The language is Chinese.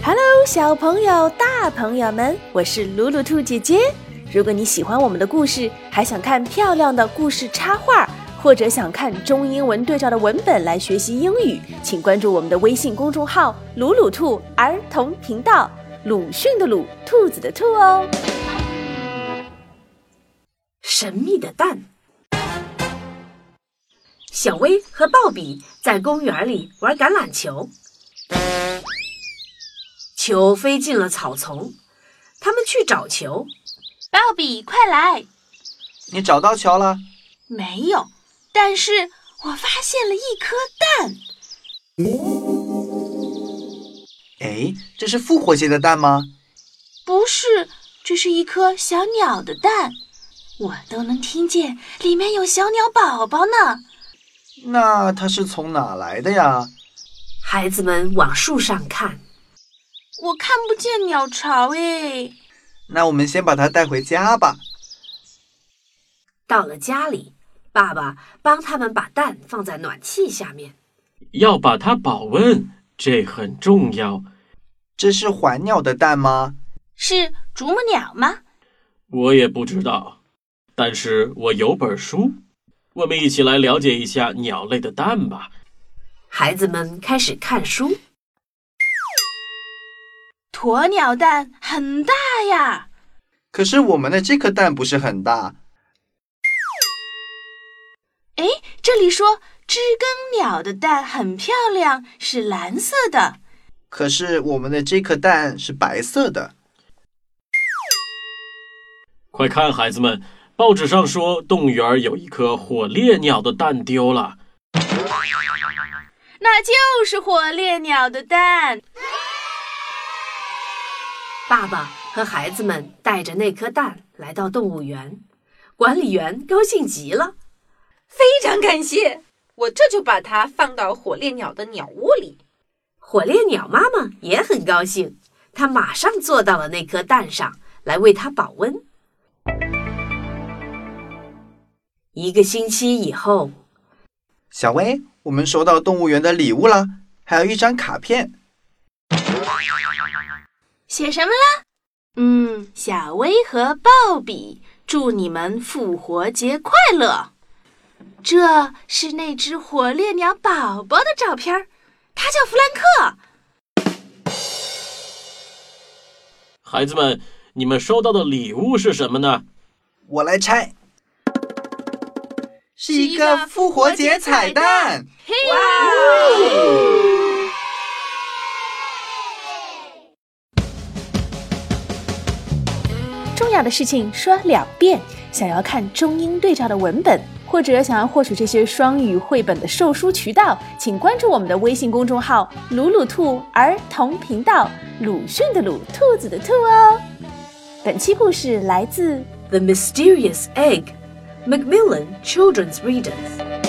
Hello， 小朋友、大朋友们，我是鲁鲁兔姐姐。如果你喜欢我们的故事，还想看漂亮的故事插画，或者想看中英文对照的文本来学习英语，请关注我们的微信公众号“鲁鲁兔儿童频道”，鲁迅的鲁，兔子的兔哦。 神秘的蛋。小薇和鲍比在公园里玩橄榄球，球飞进了草丛，他们去找球。 鲍比，快来！ 你找到球了？ 没有，但是我发现了一颗蛋。 哎，这是复活节的蛋吗？ 不是，这是一颗小鸟的蛋，我都能听见里面有小鸟宝宝呢。 那它是从哪来的呀？ 孩子们往树上看， 我看不见鸟巢诶。 那我们先把它带回家吧。 到了家里，爸爸帮他们把蛋放在暖气下面。 要把它保温，这很重要。 这是环鸟的蛋吗？ 是啄木鸟吗？ 我也不知道，但是我有本书，我们一起来了解一下鸟类的蛋吧。 孩子们开始看书。 鸵鸟蛋很大呀， 可是我们的这颗蛋不是很大。 诶，这里说知更鸟的蛋很漂亮，是蓝色的。 可是我们的这颗蛋是白色的。 快看，孩子们，报纸上说动物园有一颗火烈鸟的蛋丢了。 那就是火烈鸟的蛋。 爸爸和孩子们带着那颗蛋来到动物园，管理员高兴极了。 非常感谢，我这就把它放到火烈鸟的鸟窝里。 火烈鸟妈妈也很高兴，她马上坐到了那颗蛋上，来为它保温。1个星期以后， 小薇，我们收到动物园的礼物了，还有一张卡片。 写什么啦？小薇和鲍比，祝你们复活节快乐。这是那只火烈鸟宝宝的照片，它叫弗兰克。 孩子们，你们收到的礼物是什么呢？ 我来猜，是一个复活节彩蛋。 哇！ 重要的事情说2遍。想要看中英对照的文本，或者想要获取这些双语绘本的售书渠道，请关注我们的微信公众号“鲁鲁兔儿童频道”，鲁迅的鲁，兔子的兔哦。本期故事来自 The Mysterious Egg, Macmillan Children's Readers。